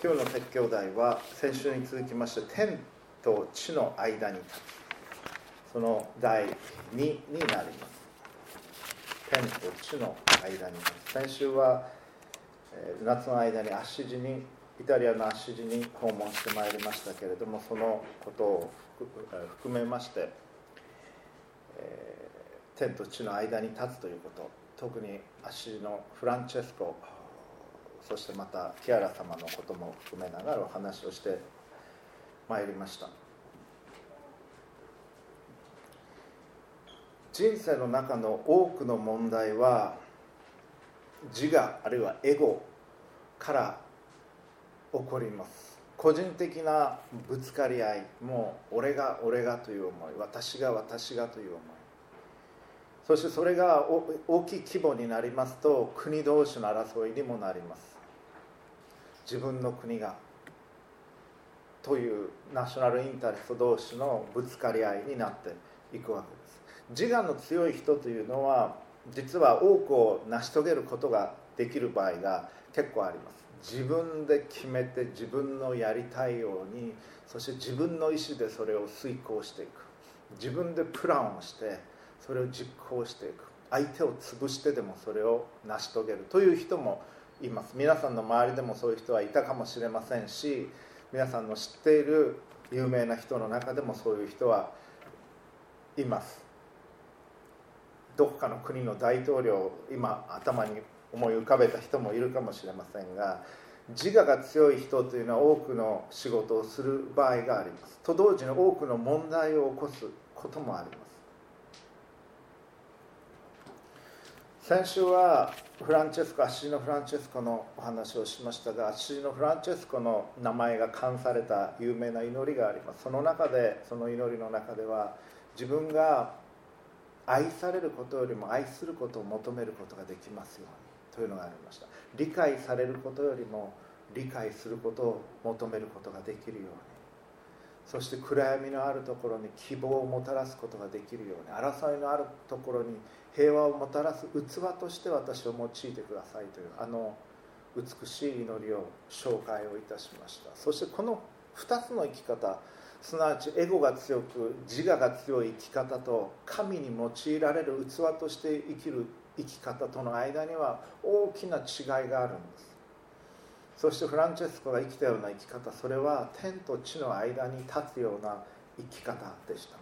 今日の説教題は先週に続きまして天と地の間に立つ、その第2になります。天と地の間に立つ。先週は夏の間にイタリアのアッシジに訪問してまいりましたけれども、そのことを含めまして天と地の間に立つということ、特にアッシジのフランチェスコ、そしてまたキアラ様のことも含めながらお話をしてまいりました。人生の中の多くの問題は自我あるいはエゴから起こります。個人的なぶつかり合い、もう俺がという思い、私がという思い、そしてそれが大きい規模になりますと国同士の争いにもなります。自分の国がというナショナルインタレスト同士のぶつかり合いになっていくわけです。自我の強い人というのは実は多くを成し遂げることができる場合が結構あります。自分で決めて自分のやりたいように、そして自分の意思でそれを遂行していく、自分でプランをしてそれを実行していく、相手を潰してでもそれを成し遂げるという人もいます。皆さんの周りでもそういう人はいたかもしれませんし、皆さんの知っている有名な人の中でもそういう人はいます。どこかの国の大統領、今頭に思い浮かべた人もいるかもしれませんが、自我が強い人というのは多くの仕事をする場合があります。と同時に多くの問題を起こすこともあります。先週はアッシジのフランチェスコのお話をしましたが、アッシジのフランチェスコの名前が冠された有名な祈りがあります。その祈りの中では、自分が愛されることよりも愛することを求めることができますようにというのがありました。理解されることよりも理解することを求めることができるように、そして暗闇のあるところに希望をもたらすことができるように、争いのあるところに平和をもたらす器として私を用いてくださいという美しい祈りを紹介をいたしました。そしてこの2つの生き方、すなわちエゴが強く自我が強い生き方と神に用いられる器として生きる生き方との間には大きな違いがあるんです。そしてフランチェスコが生きたような生き方、それは天と地の間に立つような生き方でした。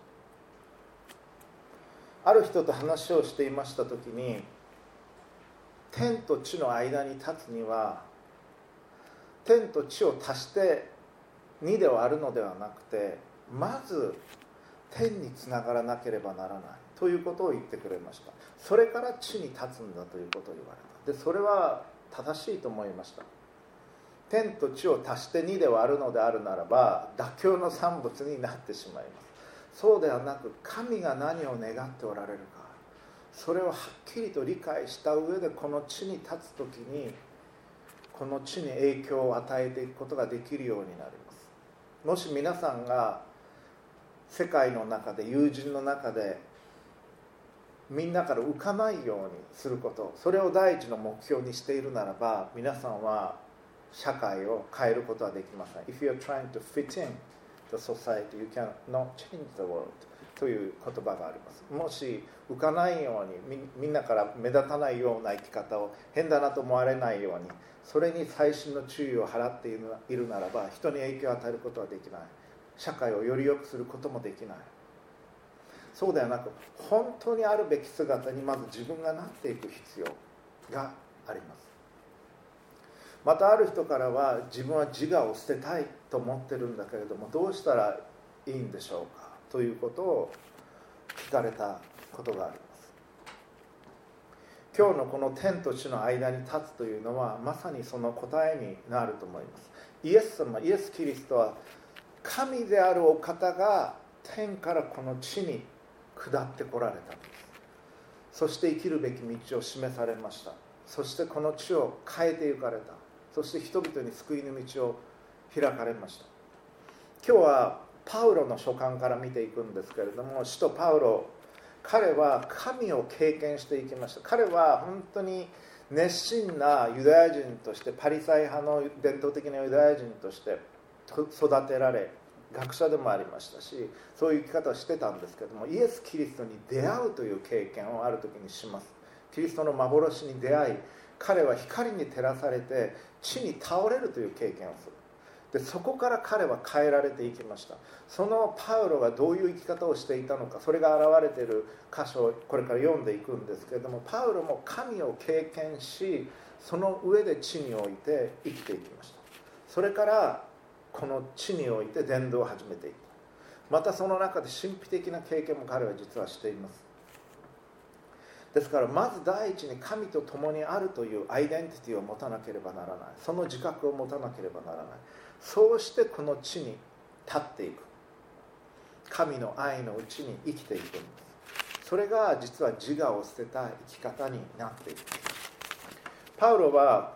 ある人と話をしていました時に、天と地の間に立つには天と地を足して2で割るのではなくて、まず天につながらなければならないということを言ってくれました。それから地に立つんだということを言われた。でそれは正しいと思いました。天と地を足して2で割るのであるならば妥協の産物になってしまいます。そうではなく、神が何を願っておられるか、それをはっきりと理解した上でこの地に立つときにこの地に影響を与えていくことができるようになります。もし皆さんが世界の中で、友人の中でみんなから浮かないようにすること、それを第一の目標にしているならば、皆さんは社会を変えることはできません。 If you are trying to fit in the society, you cannot change the world という言葉があります。もし浮かないように、みんなから目立たないような生き方を、変だなと思われないように、それに細心の注意を払っているならば、人に影響を与えることはできない。社会をより良くすることもできない。そうではなく、本当にあるべき姿にまず自分がなっていく必要があります。またある人からは、自分は自我を捨てたいと思ってるんだけれども、どうしたらいいんでしょうかということを聞かれたことがあります。今日のこの天と地の間に立つというのはまさにその答えになると思います。イエス・キリストは神であるお方が天からこの地に下ってこられたんです。そして生きるべき道を示されました。そしてこの地を変えて行かれた。そして人々に救いの道を開かれました。今日はパウロの書簡から見ていくんですけれども、使徒パウロ、彼は神を経験していきました。彼は本当に熱心なユダヤ人として、パリサイ派の伝統的なユダヤ人として育てられ、学者でもありましたし、そういう生き方をしてたんですけども、イエス・キリストに出会うという経験をある時にします。キリストの幻に出会い、彼は光に照らされて地に倒れるという経験をする。でそこから彼は変えられていきました。そのパウロがどういう生き方をしていたのか、それが現れている箇所をこれから読んでいくんですけれども、パウロも神を経験し、その上で地において生きていきました。それからこの地において伝道を始めていった。またその中で神秘的な経験も彼は実はしています。ですからまず第一に神と共にあるというアイデンティティを持たなければならない。その自覚を持たなければならない。そうしてこの地に立っていく。神の愛のうちに生きていくんです。それが実は自我を捨てた生き方になっていく。パウロは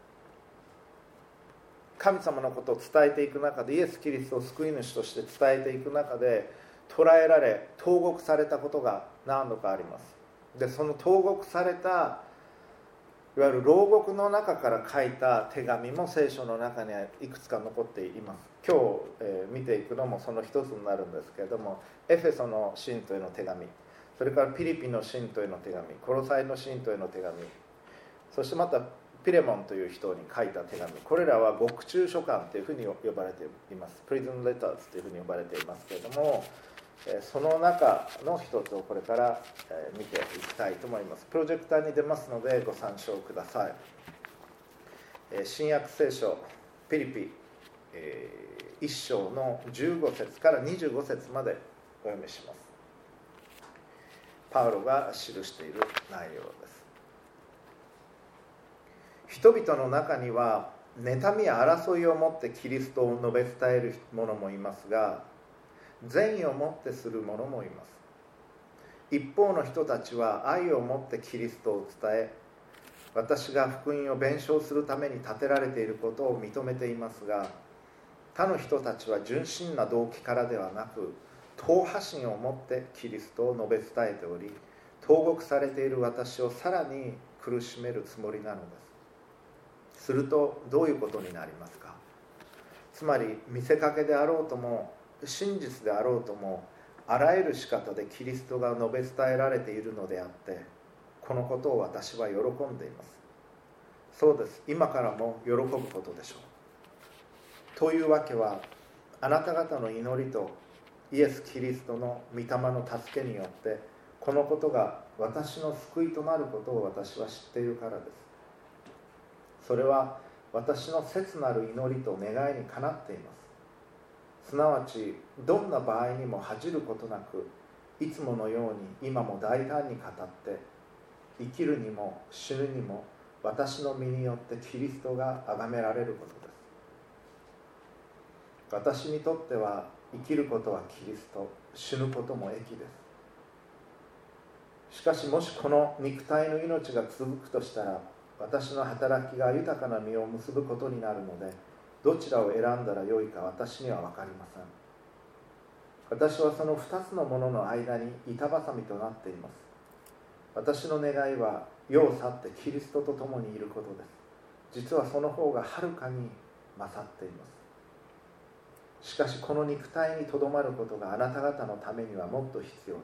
神様のことを伝えていく中で、イエス・キリストを救い主として伝えていく中で捕らえられ投獄されたことが何度かあります。でその投獄されたいわゆる牢獄の中から書いた手紙も聖書の中にはいくつか残っています。今日、見ていくのもその一つになるんですけれども、エフェソの信徒への手紙、それからピリピの信徒への手紙、コロサイの信徒への手紙、そしてまたピレモンという人に書いた手紙、これらは獄中書簡というふうに呼ばれています。プリズンレターズというふうに呼ばれていますけれども、その中の一つをこれから見ていきたいと思います。プロジェクターに出ますのでご参照ください。新約聖書ピリピ1章の15節から25節までお読みします。パウロが記している内容です。人々の中には妬みや争いをもってキリストを述べ伝える者もいますが、善意をもってする者もいます。一方の人たちは愛をもってキリストを伝え、私が福音を弁償するために立てられていることを認めていますが、他の人たちは純真な動機からではなく、党派心をもってキリストを述べ伝えており、投獄されている私をさらに苦しめるつもりなのです。するとどういうことになりますか。つまり見せかけであろうとも真実であろうとも、あらゆる仕方でキリストが述べ伝えられているのであって、このことを私は喜んでいます。そうです、今からも喜ぶことでしょう。というわけは、あなた方の祈りとイエス・キリストの御霊の助けによって、このことが私の救いとなることを私は知っているからです。それは私の切なる祈りと願いにかなっています。すなわちどんな場合にも恥じることなく、いつものように今も大胆に語って、生きるにも死ぬにも私の身によってキリストが崇められることです。私にとっては生きることはキリスト、死ぬことも益です。しかしもしこの肉体の命が続くとしたら、私の働きが豊かな実を結ぶことになるので、どちらを選んだらよいか私には分かりません。私はその2つのものの間に板挟みとなっています。私の願いは世を去ってキリストと共にいることです。実はその方がはるかに勝っています。しかしこの肉体にとどまることがあなた方のためにはもっと必要です。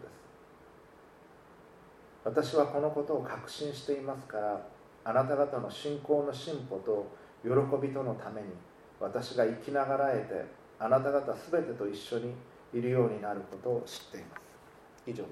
私はこのことを確信していますから、あなた方の信仰の進歩と喜びとのために、私が生きながらえてあなた方すべてと一緒にいるようになることを知っています。以上です。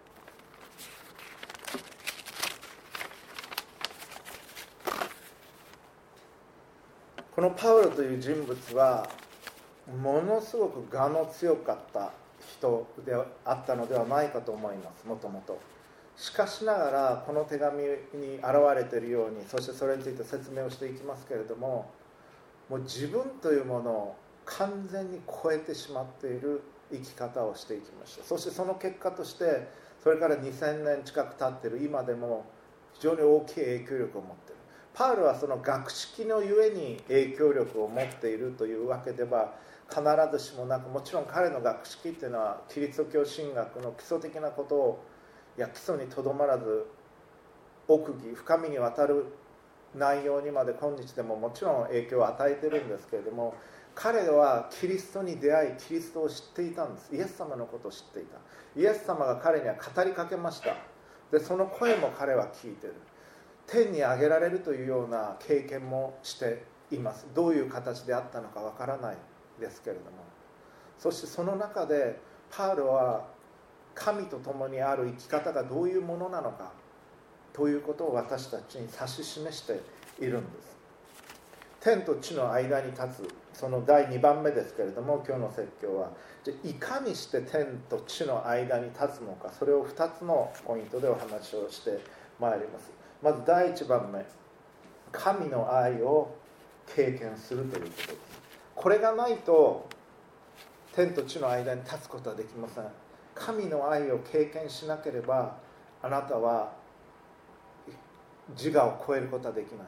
このパウロという人物はものすごく我の強かった人であったのではないかと思います。もともとしかしながらこの手紙に現れているように、そしてそれについて説明をしていきますけれども、もう自分というものを完全に超えてしまっている生き方をしていきました。そしてその結果として、それから2000年近く経っている今でも非常に大きい影響力を持っている。パウロはその学識のゆえに影響力を持っているというわけでは必ずしもなく、もちろん彼の学識っていうのはキリスト教神学の基礎的なことを、基礎にとどまらず奥義深みにわたる内容にまで今日でももちろん影響を与えているんですけれども、彼はキリストに出会いキリストを知っていたんです。イエス様のことを知っていた。イエス様が彼には語りかけました。でその声も彼は聞いている。天に上げられるというような経験もしています。どういう形であったのかわからないですけれども、そしてその中でパウロは神と共にある生き方がどういうものなのかということを私たちに指し示しているんです。天と地の間に立つ、その第2番目ですけれども、今日の説教は、じゃあいかにして天と地の間に立つのか、それを2つのポイントでお話をしてまいります。まず第1番目、神の愛を経験するということです。これがないと天と地の間に立つことはできません。神の愛を経験しなければ、あなたは自我を超えることはできない。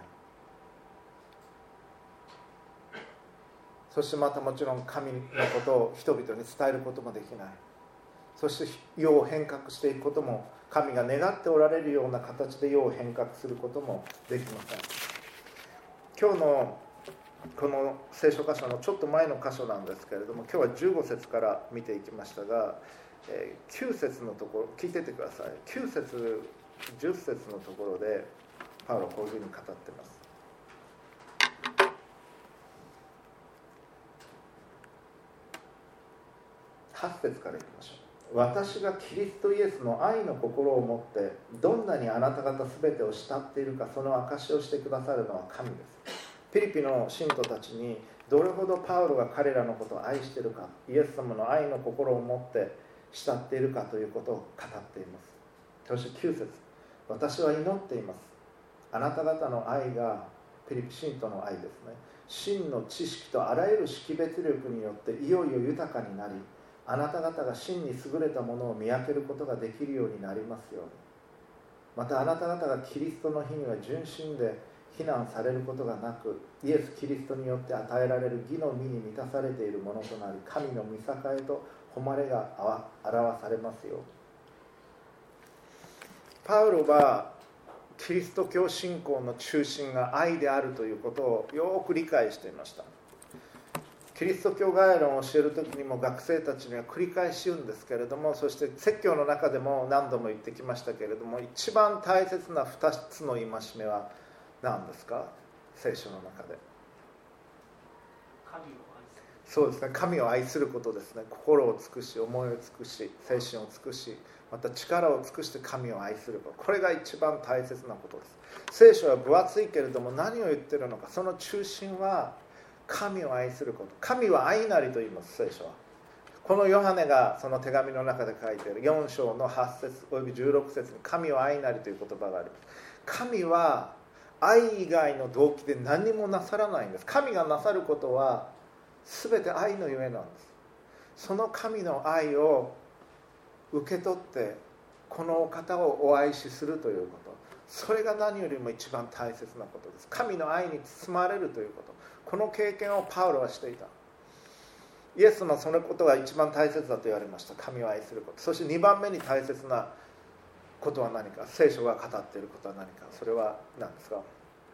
そしてまたもちろん神のことを人々に伝えることもできない。そして世を変革していくことも、神が願っておられるような形で世を変革することもできません。今日のこの聖書箇所のちょっと前の箇所なんですけれども、今日は15節から見ていきましたが、9節のところ聞いててください。9節10節のところでパウロはこういうふうに語っています。8節からいきましょう。私がキリストイエスの愛の心を持ってどんなにあなた方すべてを慕っているか、その証しをしてくださるのは神です。フィリピの信徒たちにどれほどパウロが彼らのことを愛しているか、イエス様の愛の心を持って慕っているかということを語っています。そして9節、私は祈っています。あなた方の愛が、フィリピ信徒の愛ですね、真の知識とあらゆる識別力によっていよいよ豊かになり、あなた方が真に優れたものを見分けることができるようになりますように。またあなた方がキリストの日には純真で非難されることがなく、イエス・キリストによって与えられる義の実に満たされているものとなり、神の御栄と誉れが表されますよ。パウロはキリスト教信仰の中心が愛であるということをよく理解していました。キリスト教概論を教える時にも学生たちには繰り返し言うんですけれども、そして説教の中でも何度も言ってきましたけれども、一番大切な2つの戒めは何ですか？聖書の中で。そうですね、神を愛することですね。心を尽くし、思いを尽くし、精神を尽くし、また力を尽くして神を愛すること、これが一番大切なことです。聖書は分厚いけれども何を言っているのか、その中心は神を愛すること。神は愛なりと言います、聖書は。このヨハネがその手紙の中で書いている4章の8節および16節に神は愛なりという言葉があります。神は愛以外の動機で何もなさらないんです。神がなさることは全て愛のゆえなんです。その神の愛を受け取ってこのお方をお愛しするということ、それが何よりも一番大切なことです。神の愛に包まれるということ、この経験をパウロはしていた。イエスもそのことが一番大切だと言われました。神を愛すること。そして2番目に大切なことは何か、聖書が語っていることは何か、それは何ですか？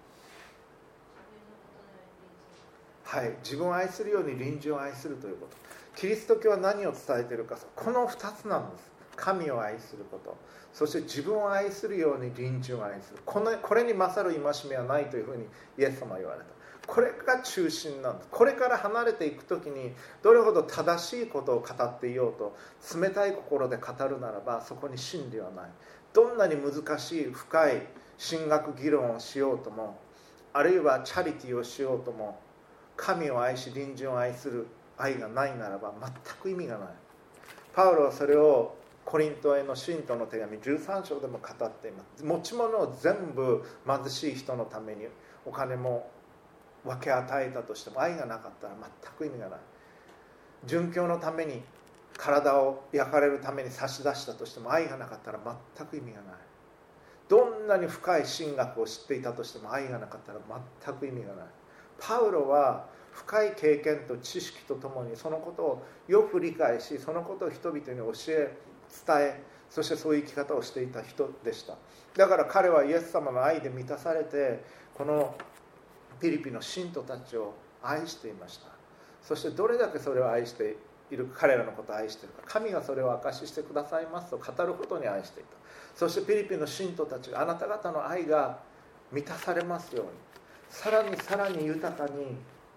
はい、自分を愛するように隣人を愛するということ。キリスト教は何を伝えているか、この2つなんです。神を愛すること、そして自分を愛するように隣人を愛する。これに勝る戒めはないというふうにイエス様は言われた。これが中心なんです。これから離れていくときにどれほど正しいことを語っていようと冷たい心で語るならば、そこに真理はない。どんなに難しい深い神学議論をしようとも、あるいはチャリティーをしようとも、神を愛し隣人を愛する愛がないならば全く意味がない。パウロはそれをコリントへの信徒の手紙13章でも語っています。持ち物を全部貧しい人のためにお金も分け与えたとしても愛がなかったら全く意味がない。殉教のために体を焼かれるために差し出したとしても愛がなかったら全く意味がない。どんなに深い神学を知っていたとしても愛がなかったら全く意味がない。パウロは深い経験と知識とともにそのことをよく理解し、そのことを人々に教え伝え、 そしてそういう生き方をしていた人でした。だから彼はイエス様の愛で満たされて、このピリピの信徒たちを愛していました。そしてどれだけそれを愛している、彼らのことを愛しているか、神がそれを証ししてくださいますと語ることに愛していた。そしてピリピの信徒たちが、あなた方の愛が満たされますように、さらにさらに豊かに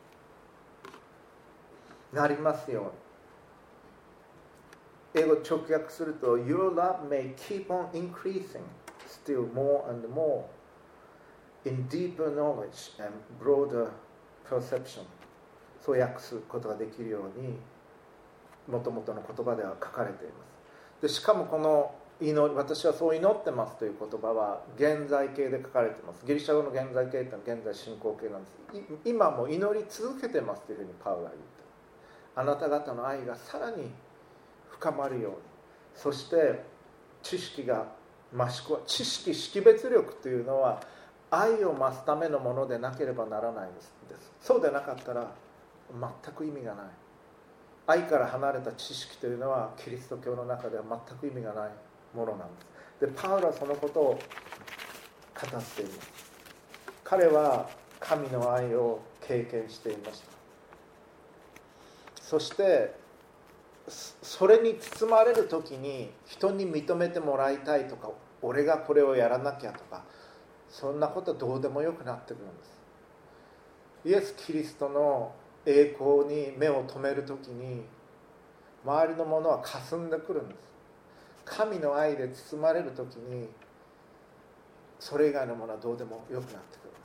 なりますように。英語直訳すると Your love may keep on increasing still more and more in deeper knowledge and broader perception。 そう訳すことができるように元々の言葉では書かれています。でしかもこの祈り、私はそう祈ってますという言葉は現在形で書かれています。ギリシャ語の現在形というのは現在進行形なんです。今も祈り続けてますというふうにパウロは言って、あなた方の愛がさらに深まるように、そして知識が増し加え、知識識別力というのは愛を増すためのものでなければならないんです。そうでなかったら全く意味がない。愛から離れた知識というのはキリスト教の中では全く意味がないものなんです。でパウロはそのことを語っています。彼は神の愛を経験していました。そしてそれに包まれる時に人に認めてもらいたいとか、俺がこれをやらなきゃとか、そんなことはどうでもよくなってくるんです。イエス・キリストの栄光に目を留める時に周りのものは霞んでくるんです。神の愛で包まれる時にそれ以外のものはどうでもよくなってくる。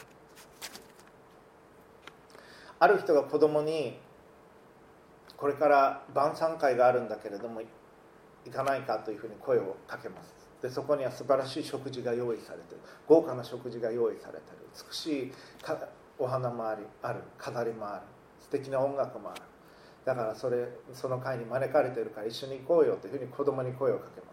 ある人が子供に、これから晩餐会があるんだけれども行かないかというふうに声をかけます。でそこには素晴らしい食事が用意されている、豪華な食事が用意されている、美しいお花もある、飾りもある、素敵な音楽もある。だからその会に招かれているから一緒に行こうよというふうに子供に声をかけます。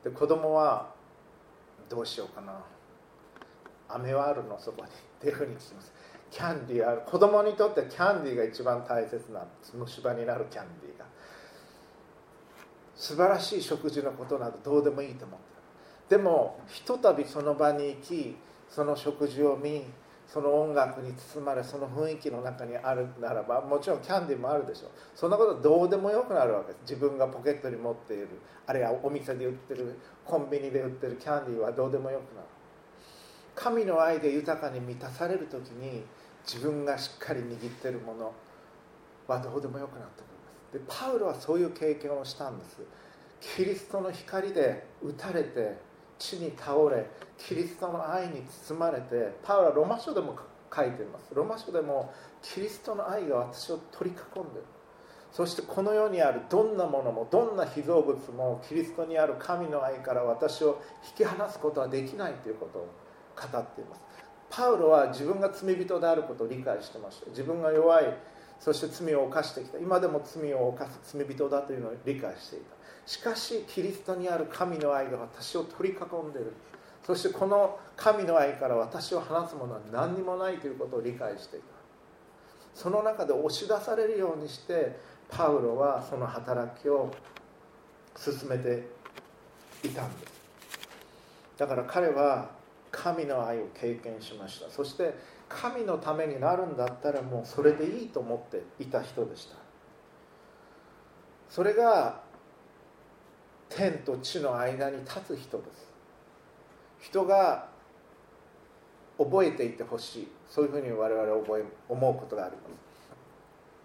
で子供はどうしようかな、飴はあるのそこにっていうふうに聞きます。キャンディーある。子供にとってキャンディーが一番大切な、虫歯になるキャンディーが、素晴らしい食事のことなどどうでもいいと思ってる。でもひとたびその場に行き、その食事を見、その音楽に包まれ、その雰囲気の中にあるならば、もちろんキャンディーもあるでしょう。そんなことはどうでもよくなるわけです。自分がポケットに持っている、あるいはお店で売ってる、コンビニで売ってるキャンディーはどうでもよくなる。神の愛で豊かに満たされるときに、自分がしっかり握っているものはどうでもよくなってくるんです。でパウロはそういう経験をしたんです。キリストの光で打たれて地に倒れ、キリストの愛に包まれて、パウロはロマ書でも書いています。ロマ書でもキリストの愛が私を取り囲んでいる。そしてこの世にあるどんなものも、どんな被造物もキリストにある神の愛から私を引き離すことはできないということを語っています。パウロは自分が罪人であることを理解してました。自分が弱い、そして罪を犯してきた、今でも罪を犯す罪人だというのを理解していた。しかしキリストにある神の愛が私を取り囲んでいる。そしてこの神の愛から私を離すものは何にもないということを理解していた。その中で押し出されるようにしてパウロはその働きを進めていたんです。だから彼は神の愛を経験しました。そして神のためになるんだったらもうそれでいいと思っていた人でした。それが天と地の間に立つ人です。人が覚えていてほしい、そういうふうに我々は思うことがあります。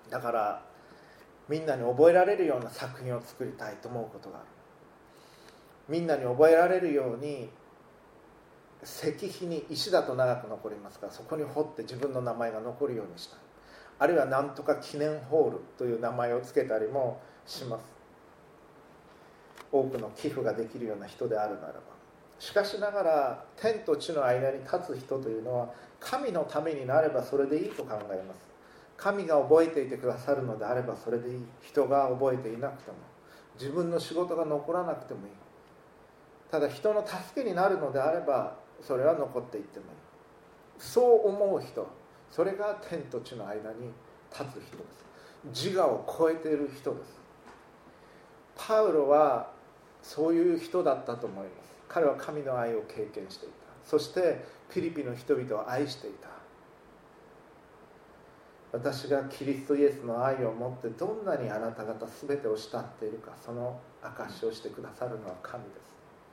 だからみんなに覚えられるような作品を作りたいと思うことがある。みんなに覚えられるように、石碑に石だと長く残りますから、そこに彫って自分の名前が残るようにしたい。あるいは何とか記念ホールという名前をつけたりもします。多くの寄付ができるような人であるならば。しかしながら天と地の間に立つ人というのは、神のためになればそれでいいと考えます。神が覚えていてくださるのであればそれでいい。人が覚えていなくても、自分の仕事が残らなくてもいい。ただ人の助けになるのであればそれは残っていってもいい。そう思う人、それが天と地の間に立つ人です。自我を超えている人です。パウロはそういう人だったと思います。彼は神の愛を経験していた。そしてフィリピの人々を愛していた。私がキリストイエスの愛を持ってどんなにあなた方全てを慕っているか、その証しをしてくださるのは神です。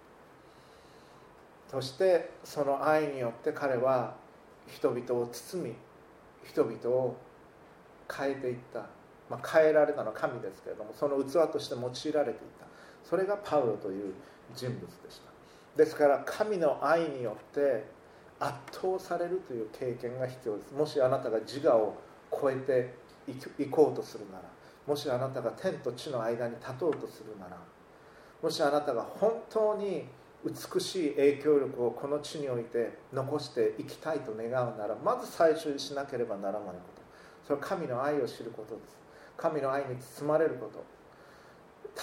そしてその愛によって彼は人々を包み、人々を変えていった。変えられたのは神ですけれども、その器として用いられていた。それがパウロという人物でした。ですから神の愛によって圧倒されるという経験が必要です。もしあなたが自我を超えていこうとするなら、もしあなたが天と地の間に立とうとするなら、もしあなたが本当に美しい影響力をこの地において残していきたいと願うなら、まず最初にしなければならないこと、それは神の愛を知ることです。神の愛に包まれること、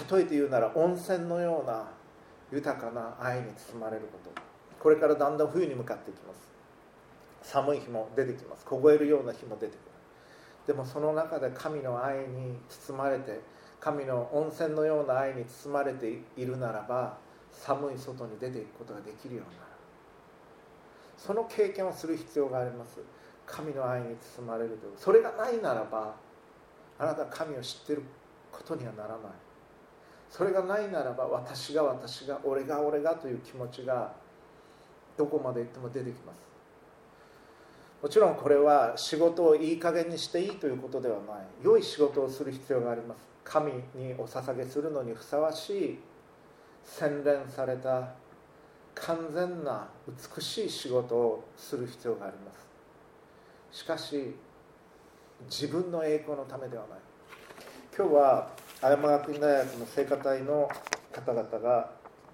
例えて言うなら温泉のような豊かな愛に包まれること。これからだんだん冬に向かっていきます。寒い日も出てきます。凍えるような日も出てくる。でもその中で神の愛に包まれて、神の温泉のような愛に包まれているならば、寒い外に出ていくことができるようになる。その経験をする必要があります。神の愛に包まれるという。それがないならば、あなたは神を知っていることにはならない。それがないならば、私が俺がという気持ちがどこまで行っても出てきます。もちろんこれは仕事をいい加減にしていいということではない。良い仕事をする必要があります。神にお捧げするのにふさわしい洗練された完全な美しい仕事をする必要があります。しかし自分の栄光のためではない。今日は青山学院大学の聖歌隊の方々が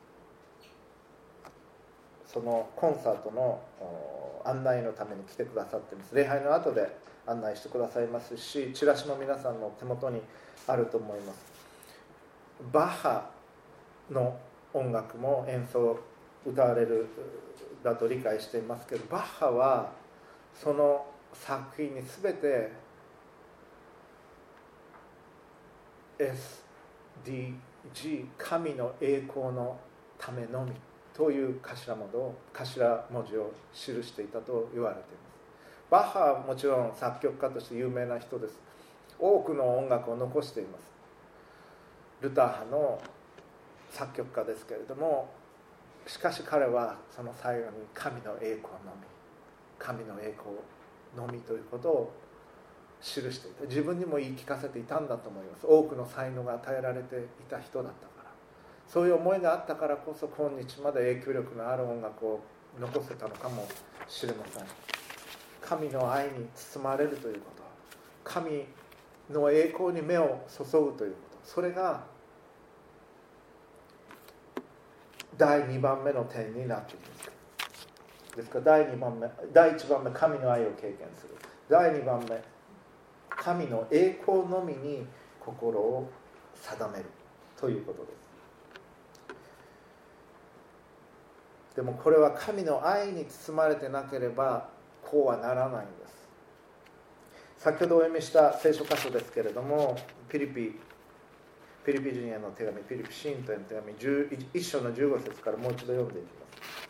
そのコンサートの案内のために来てくださっています。礼拝の後で案内してくださいますし、チラシも皆さんの手元にあると思います。バッハの音楽も演奏歌われるだと理解していますけど、バッハはその作品に全て SDG 神の栄光のためのみという頭文字を記していたと言われています。バッハはもちろん作曲家として有名な人です。多くの音楽を残しています。ルター派の作曲家ですけれども、しかし彼はその最後に神の栄光のみ、神の栄光のみということを記していた。自分にも言い聞かせていたんだと思います。多くの才能が与えられていた人だったから、そういう思いがあったからこそ今日まで影響力のある音楽を残せたのかもしれません。神の愛に包まれるということ、神の栄光に目を注ぐということ、それが第2番目の点になっています。ですから第1番目神の愛を経験する、第2番目神の栄光のみに心を定めるということです。でもこれは神の愛に包まれてなければこうはならないんです。先ほどお読みした聖書箇所ですけれども、ピリピ人への手紙、ピリピ信徒への手紙1章の15節からもう一度読んでいきます。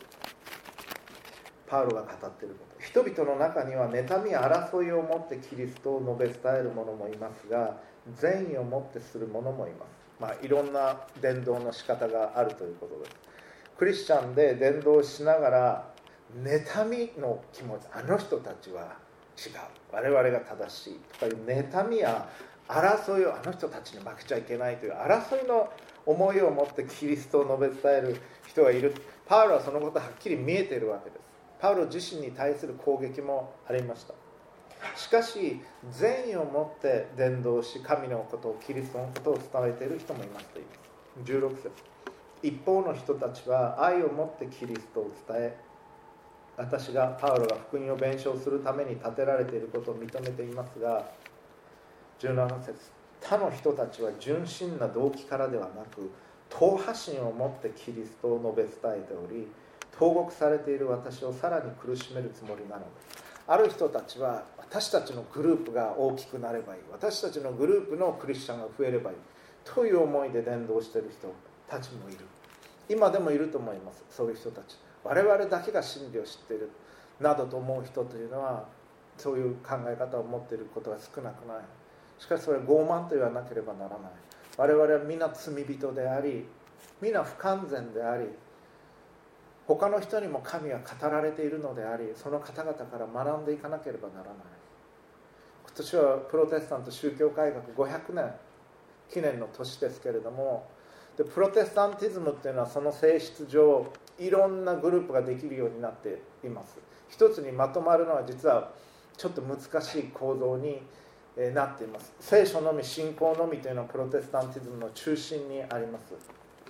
パウロが語っていること、人々の中には妬みや争いを持ってキリストを述べ伝える者もいますが、善意を持ってする者もいます。いろんな伝道の仕方があるということです。クリスチャンで伝道しながら妬みの気持ち、あの人たちは違う、我々が正しいとかいう妬みや争いを、あの人たちに負けちゃいけないという争いの思いを持ってキリストを述べ伝える人がいる。パウロはそのことはっきり見えているわけです。パウロ自身に対する攻撃もありました。しかし善意を持って伝道し、神のことを、キリストのことを伝えている人もいますと言います。16節、一方の人たちは愛を持ってキリストを伝え、私がパウロが福音を弁償するために立てられていることを認めていますが、17節、他の人たちは純真な動機からではなく党派心を持ってキリストを述べ伝えており、投獄されている私をさらに苦しめるつもりなのです。ある人たちは私たちのグループが大きくなればいい、私たちのグループのクリスチャンが増えればいいという思いで伝道している人たちもいる。今でもいると思います。そういう人たち、我々だけが真理を知っているなどと思う人というのは、そういう考え方を持っていることが少なくない。しかしそれは傲慢と言わなければならない。我々は皆罪人であり、皆不完全であり、他の人にも神が語られているのであり、その方々から学んでいかなければならない。今年はプロテスタント宗教改革500年記念の年ですけれども、でプロテスタンティズムっていうのはその性質上いろんなグループができるようになっています。一つにまとまるのは実はちょっと難しい構造になっています。聖書のみ、信仰のみというのはプロテスタンティズムの中心にあります。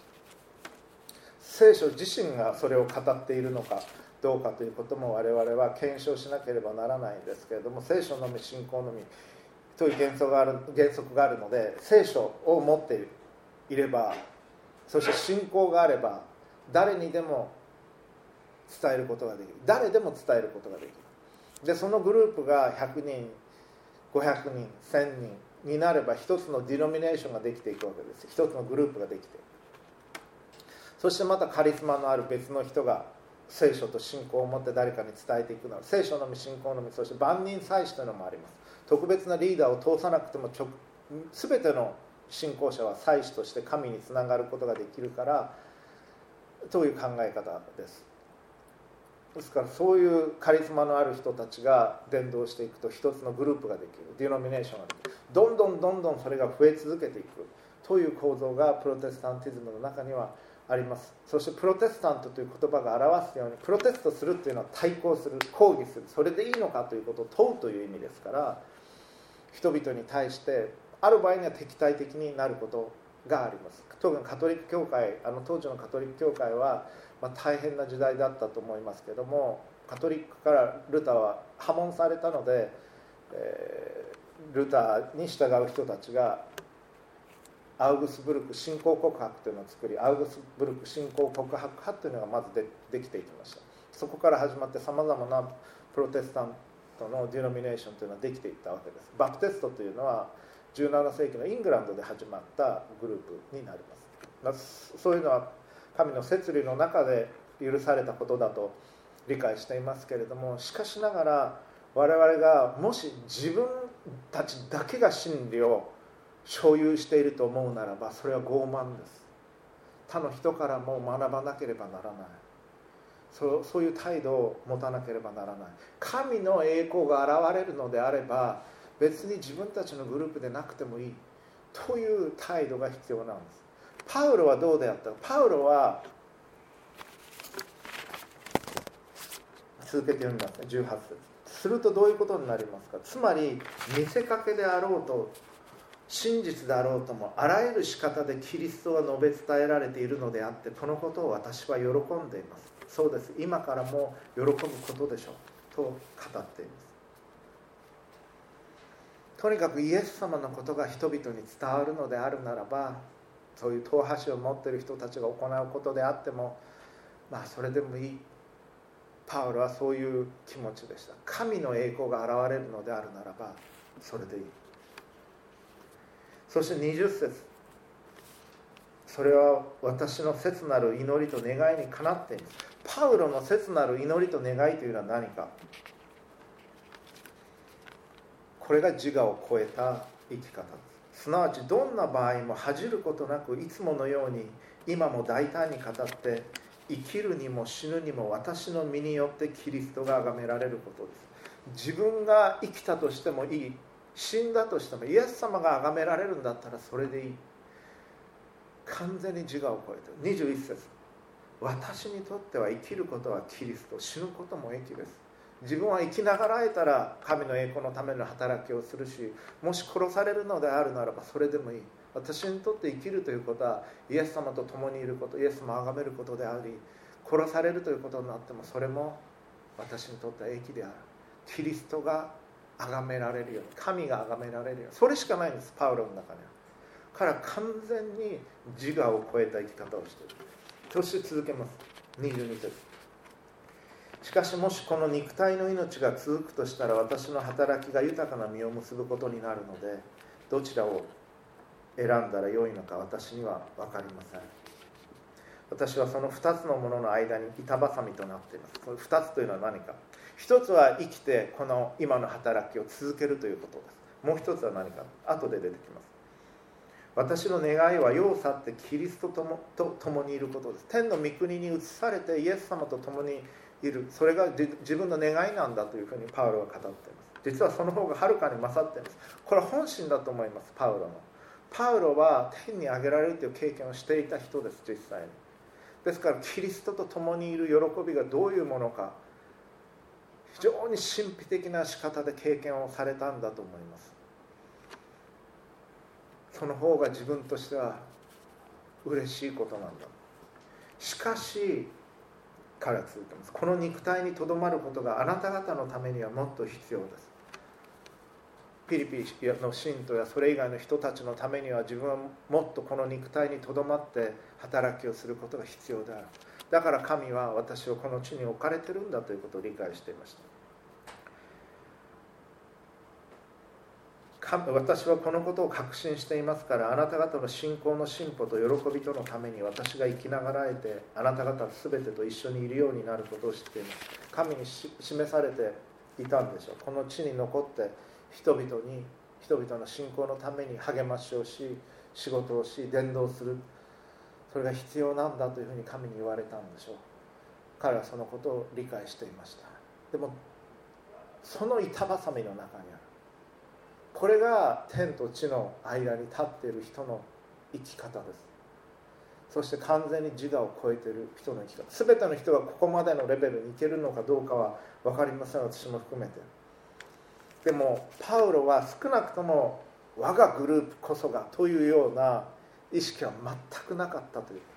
聖書自身がそれを語っているのかどうかということも我々は検証しなければならないんですけれども、聖書のみ、信仰のみという原則があるので、聖書を持っていれば、そして信仰があれば誰にでも伝えることができる。誰でも伝えることができる。でそのグループが100人、500人、1000人になれば一つのディノミネーションができていくわけです。一つのグループができていく。そしてまたカリスマのある別の人が聖書と信仰を持って誰かに伝えていくのは、聖書のみ、信仰のみ、そして万人祭司というのもあります。特別なリーダーを通さなくても全ての信仰者は祭司として神につながることができるからという考え方です。ですからそういうカリスマのある人たちが伝道していくと一つのグループができる、ディノミネーションができる、どんどんそれが増え続けていくという構造がプロテスタンティズムの中にはあります。そしてプロテスタントという言葉が表すように、プロテストするというのは対抗する、抗議する、それでいいのかということを問うという意味ですから、人々に対してある場合には敵対的になることがあります。特にカトリック教会、当時のカトリック教会は、大変な時代だったと思いますけども、カトリックからルターは破門されたので、ルターに従う人たちがアウグスブルク信仰告白というのを作り、アウグスブルク信仰告白派というのがまず できていきました。そこから始まってさまざまなプロテスタントのディノミネーションというのはできていったわけです。バプテストというのは17世紀のイングランドで始まったグループになります。そういうのは神の摂理の中で許されたことだと理解していますけれども、しかしながら我々がもし自分たちだけが真理を所有していると思うならば、それは傲慢です。他の人からも学ばなければならない。そういう態度を持たなければならない。神の栄光が現れるのであれば、別に自分たちのグループでなくてもいいという態度が必要なんです。パウロはどうであったか。パウロは続けて読みますね、18節。するとどういうことになりますか。つまり見せかけであろうと真実であろうとも、あらゆる仕方でキリストが述べ伝えられているのであって、このことを私は喜んでいます。そうです、今からも喜ぶことでしょうと語っています。とにかくイエス様のことが人々に伝わるのであるならば、そういう党派を持っている人たちが行うことであっても、それでもいい。パウロはそういう気持ちでした。神の栄光が現れるのであるならばそれでいい。そして20節、それは私の切なる祈りと願いにかなっています。パウロの切なる祈りと願いというのは何か。これが自我を超えた生き方です。すなわちどんな場合も恥じることなく、いつものように今も大胆に語って、生きるにも死ぬにも私の身によってキリストが崇められることです。自分が生きたとしてもいい、死んだとしてもイエス様が崇められるんだったらそれでいい。完全に自我を超えている。21節、私にとっては生きることはキリスト、死ぬことも益です。自分は生きながらえたら神の栄光のための働きをするし、もし殺されるのであるならばそれでもいい。私にとって生きるということはイエス様と共にいること、イエス様を崇めることであり、殺されるということになってもそれも私にとっては益である。キリストが崇められるように、神が崇められるように、それしかないんです、パウロの中には。から完全に自我を超えた生き方をしている。そして続けます。22節、しかしもしこの肉体の命が続くとしたら、私の働きが豊かな実を結ぶことになるので、どちらを選んだらよいのか私には分かりません。 私はその2つのものの間に板挟みとなっています。この2つというのは何か。一つは生きてこの今の働きを続けるということです。もう一つは何か、後で出てきます。私の願いは世を去ってキリストと共にいることです。天の御国に移されてイエス様と共にいる、それが自分の願いなんだというふうにパウロは語っています。実はその方がはるかに勝っています。これは本心だと思います。パウロの。パウロは天に上げられるという経験をしていた人です。実際に。ですからキリストと共にいる喜びがどういうものか、非常に神秘的な仕方で経験をされたんだと思います。その方が自分としては嬉しいことなんだ。しかし彼は続けます。この肉体にとどまることがあなた方のためにはもっと必要です。ピリピの信徒やそれ以外の人たちのためには自分はもっとこの肉体にとどまって働きをすることが必要である。だから神は私をこの地に置かれているんだということを理解していました。私はこのことを確信していますから、あなた方の信仰の進歩と喜びとのために私が生きながらえてあなた方すべてと一緒にいるようになることを知っています。神に示されていたんでしょう。この地に残って人々の信仰のために励ましをし、仕事をし、伝道する、それが必要なんだというふうに神に言われたんでしょう。彼はそのことを理解していました。でもその板挟みの中にある、これが天と地の間に立っている人の生き方です。そして完全に自我を超えている人の生き方。全ての人がここまでのレベルに行けるのかどうかは分かりません、私も含めて。でもパウロは少なくとも我がグループこそがというような意識は全くなかったということ。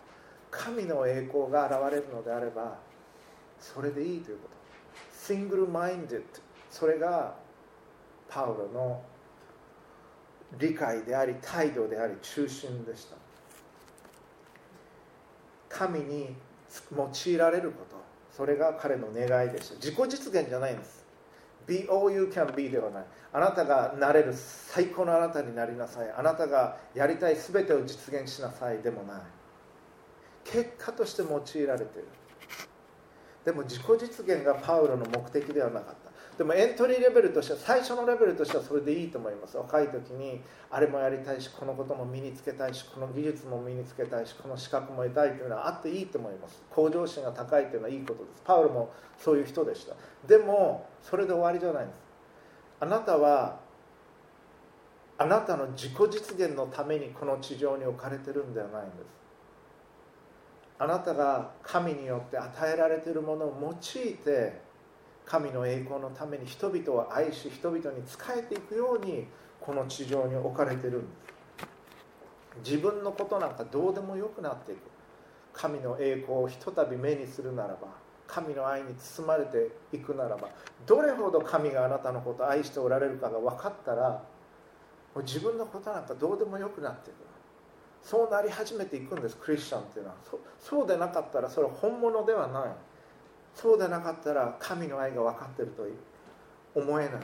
神の栄光が現れるのであればそれでいいということ。シングルマインデッド、それがパウロの理解であり態度であり中心でした。神に用いられること、それが彼の願いでした。自己実現じゃないんです。 Be all you can be ではない。あなたがなれる最高のあなたになりなさい、あなたがやりたい全てを実現しなさいでもない。結果として用いられている。でも自己実現がパウロの目的ではなかった。でもエントリーレベルとしては、最初のレベルとしてはそれでいいと思います。若い時にあれもやりたいし、このことも身につけたいし、この技術も身につけたいし、この資格も得たいというのはあっていいと思います。向上心が高いというのはいいことです。パウロもそういう人でした。でもそれで終わりじゃないんです。あなたはあなたの自己実現のためにこの地上に置かれてるんではないんです。あなたが神によって与えられているものを用いて神の栄光のために人々を愛し、人々に仕えていくようにこの地上に置かれているんです。自分のことなんかどうでもよくなっていく。神の栄光をひとたび目にするならば、神の愛に包まれていくならば、どれほど神があなたのことを愛しておられるかが分かったら、もう自分のことなんかどうでもよくなっていく。そうなり始めていくんです、クリスチャンっていうのは。そうでなかったらそれは本物ではない。そうでなかったら神の愛が分かっていると思えない。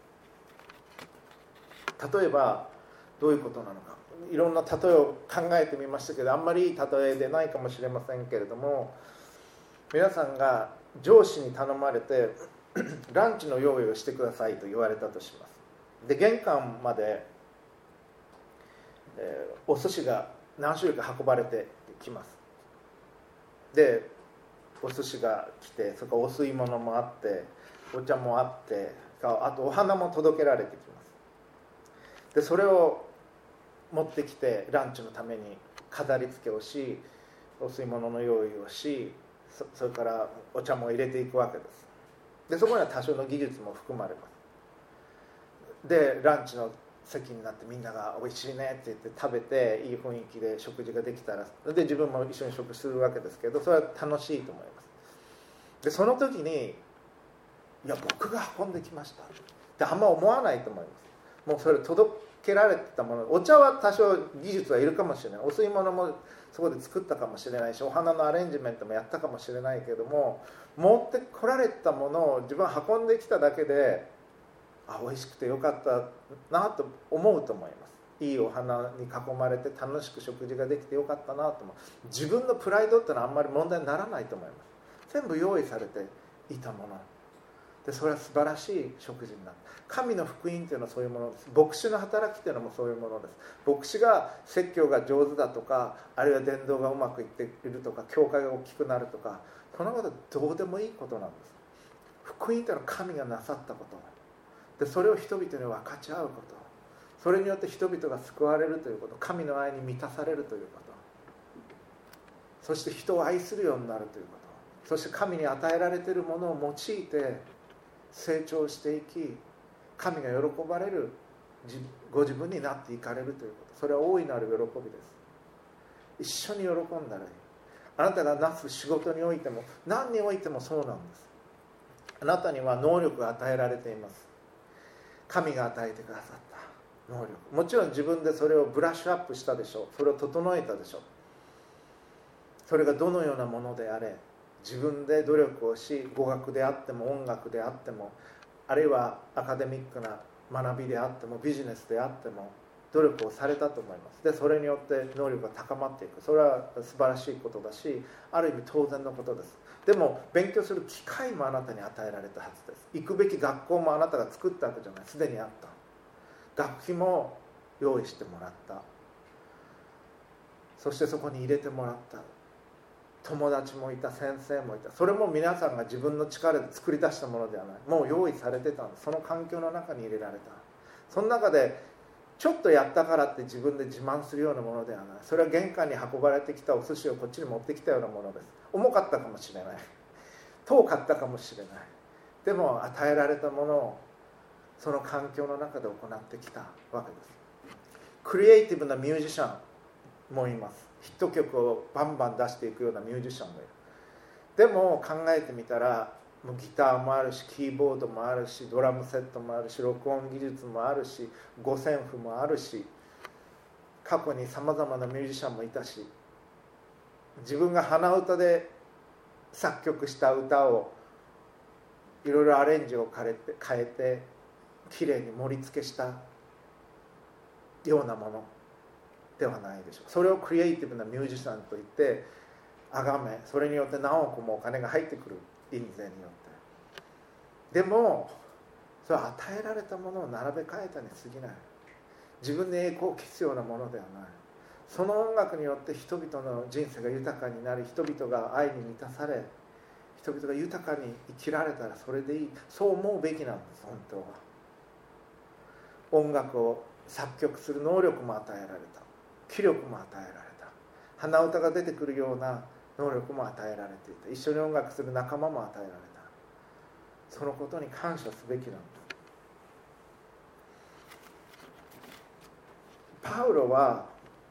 例えばどういうことなのか、いろんな例えを考えてみましたけど、あんまりいい例えでないかもしれませんけれども、皆さんが上司に頼まれてランチの用意をしてくださいと言われたとします。で玄関まで、お寿司が何種類か運ばれてきます。でお寿司が来て、それからお吸い物もあってお茶もあって、あとお花も届けられてきます。でそれを持ってきてランチのために飾り付けをし、お吸い物の用意をし、それからお茶も入れていくわけです。でそこには多少の技術も含まれます。でランチの席になってみんながおいしいねって言って食べて、いい雰囲気で食事ができたら、で自分も一緒に食事するわけですけど、それは楽しいと思います。でその時に、いや僕が運んできましたってあんま思わないと思います。もうそれ届けられてたもの、お茶は多少技術はいるかもしれない、お吸い物もそこで作ったかもしれないし、お花のアレンジメントもやったかもしれないけども、持ってこられたものを自分は運んできただけで、美味しくてよかったなと思うと思います。 いいお花に囲まれて楽しく食事ができてよかったなと思う。自分のプライドってのはあんまり問題にならないと思います。全部用意されていたもので、それは素晴らしい食事になる。神の福音というのはそういうものです。牧師の働きというのもそういうものです。牧師が説教が上手だとか、あるいは伝道がうまくいっているとか、教会が大きくなるとか、そんなことはどうでもいいことなんです。福音というのは神がなさったことで、それを人々に分かち合うこと、それによって人々が救われるということ、神の愛に満たされるということ、そして人を愛するようになるということ、そして神に与えられているものを用いて成長していき、神が喜ばれるご自分になっていかれるということ、それは大いなる喜びです。一緒に喜んだらいい。あなたがなす仕事においても何においてもそうなんです。あなたには能力が与えられています。神が与えてくださった能力、もちろん自分でそれをブラッシュアップしたでしょう。それを整えたでしょう。それがどのようなものであれ、自分で努力をし、語学であっても音楽であっても、あるいはアカデミックな学びであってもビジネスであっても努力をされたと思います。でそれによって能力が高まっていく、それは素晴らしいことだし、ある意味当然のことです。でも勉強する機会もあなたに与えられたはずです。行くべき学校もあなたが作ったわけじゃない、すでにあった。学費も用意してもらった。そしてそこに入れてもらった。友達もいた、先生もいた。それも皆さんが自分の力で作り出したものではない、もう用意されてたんです。その環境の中に入れられた。その中でちょっとやったからって自分で自慢するようなものではない。それは玄関に運ばれてきたお寿司をこっちに持ってきたようなものです。重かったかもしれない、遠かったかもしれない。でも与えられたものをその環境の中で行ってきたわけです。クリエイティブなミュージシャンもいます。ヒット曲をバンバン出していくようなミュージシャンもいる。でも考えてみたら、もうギターもあるし、キーボードもあるし、ドラムセットもあるし、録音技術もあるし、五線譜もあるし、過去にさまざまなミュージシャンもいたし、自分が鼻歌で作曲した歌をいろいろアレンジを変えてきれいに盛り付けしたようなものではないでしょう。それをクリエイティブなミュージシャンといって崇め、それによって何億もお金が入ってくる、印税によって。でもそれは与えられたものを並べ替えたに過ぎない。自分に栄光を期すようなものではない。その音楽によって人々の人生が豊かになり、人々が愛に満たされ、人々が豊かに生きられたらそれでいい、そう思うべきなんです。本当は音楽を作曲する能力も与えられた、気力も与えられた、鼻歌が出てくるような能力も与えられていた、一緒に音楽する仲間も与えられた。そのことに感謝すべきなんです。パウロは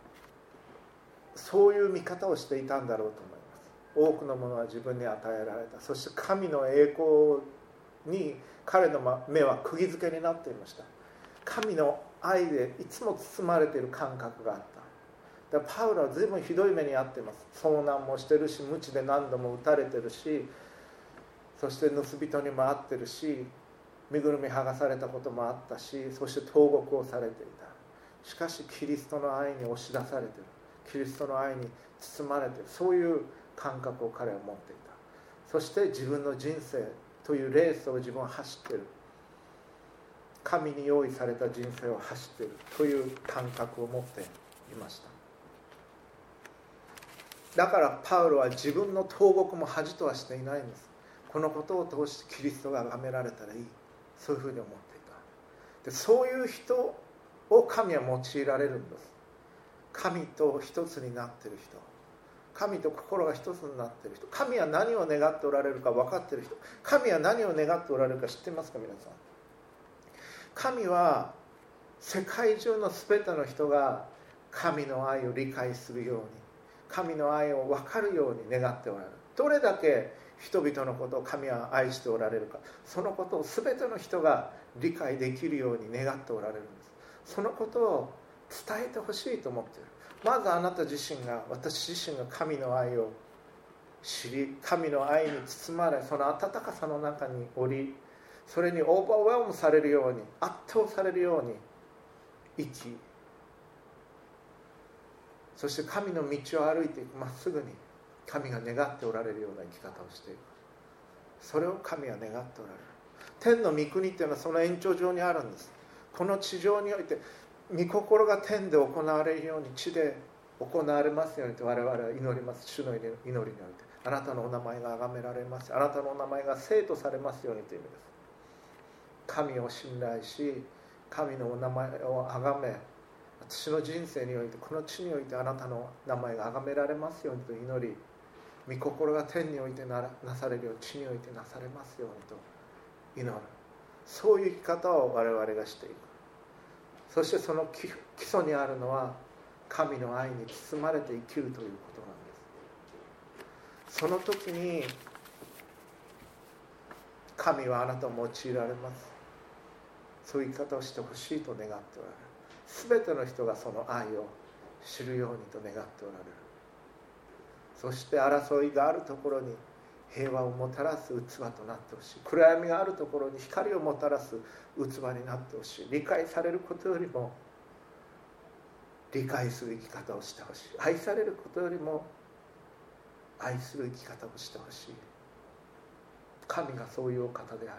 そういう見方をしていたんだろうと思います。多くのものは自分に与えられた。そして神の栄光に彼の目は釘付けになっていました。神の愛でいつも包まれている感覚があった。だからパウロは随分ひどい目に遭っています。遭難もしてるし、鞭で何度も打たれてるし、そして盗人にも遭ってるし、身ぐるみ剥がされたこともあったし、そして投獄をされていた。しかしキリストの愛に押し出されている、キリストの愛に包まれている、そういう感覚を彼は持っていた。そして自分の人生というレースを自分は走っている、神に用意された人生を走っているという感覚を持っていました。だからパウロは自分の投獄も恥とはしていないんです。このことを通してキリストが崇められたらいい、そういうふうに思っていた。でそういう人を神は用いられるんです。神と一つになっている人、神と心が一つになっている人、神は何を願っておられるか分かっている人、神は何を願っておられるか知っていますか皆さん。神は世界中の全ての人が神の愛を理解するように、神の愛を分かるように願っておられる。どれだけ人々のことを神は愛しておられるか、そのことを全ての人が理解できるように願っておられるんです。そのことを伝えてほしいと思っている。まずあなた自身が、私自身が神の愛を知り、神の愛に包まれ、その温かさの中におり、それにオーバーウェルムされるように、圧倒されるように生き、 そして神の道を歩いていく、まっすぐに神が願っておられるような生き方をしていく。それを神は願っておられる。天の御国っていうのはその延長上にあるんです。この地上において御心が天で行われるように地で行われますようにと我々は祈ります。主の祈りにおいてあなたのお名前が崇められます、あなたのお名前が聖とされますようにという意味です。神を信頼し、神のお名前を崇め、私の人生においてこの地においてあなたの名前が崇められますようにと祈り、御心が天において なされるように地においてなされますようにと祈る。そういう生き方を我々がしていく。そしてその基礎にあるのは神の愛に包まれて生きるということなんです。その時に神はあなたを用いられます。そういう生き方をしてほしいと願っておられる。全ての人がその愛を知るようにと願っておられる。そして争いがあるところに平和をもたらす器となってほしい。暗闇があるところに光をもたらす器になってほしい。理解されることよりも理解する生き方をしてほしい。愛されることよりも愛する生き方をしてほしい。神がそういうお方であるから。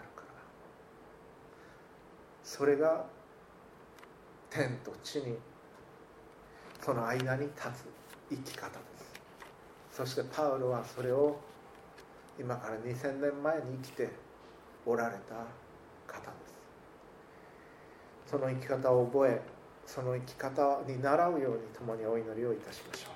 それが天と地にその間に立つ生き方です。そしてパウロはそれを今から2000年前に生きておられた方です。その生き方を覚え、その生き方に倣うように共にお祈りをいたしましょう。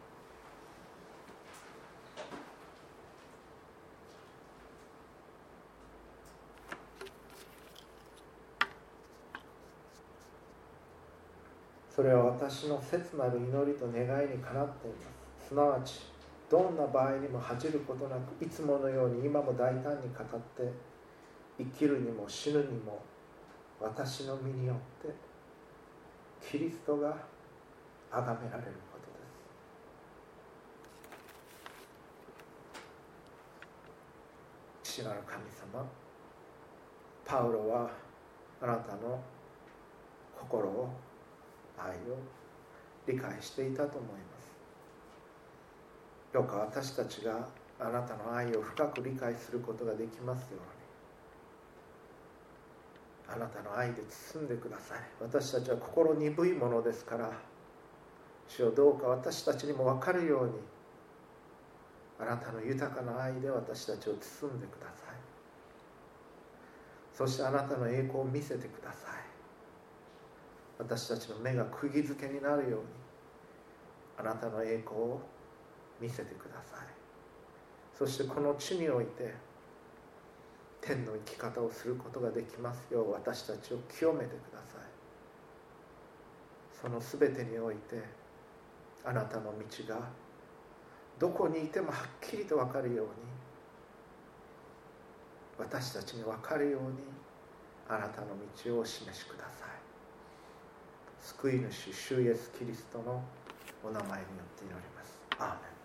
それは私の切なる祈りと願いにかなっています。すなわちどんな場合にも恥じることなく、いつものように今も大胆に語って生きるにも死ぬにも私の身によってキリストが崇められることです。父なる神様、パウロはあなたの心を、愛を理解していたと思います。どうか私たちがあなたの愛を深く理解することができますように、あなたの愛で包んでください。私たちは心鈍いものですから、主よ、どうか私たちにも分かるようにあなたの豊かな愛で私たちを包んでください。そしてあなたの栄光を見せてください。私たちの目が釘付けになるようにあなたの栄光を見せてください。そしてこの地において天の生き方をすることができますよう私たちを清めてください。そのすべてにおいてあなたの道がどこにいてもはっきりと分かるように、私たちに分かるようにあなたの道をお示しください。救い主主イエスキリストのお名前によって祈ります。アーメン。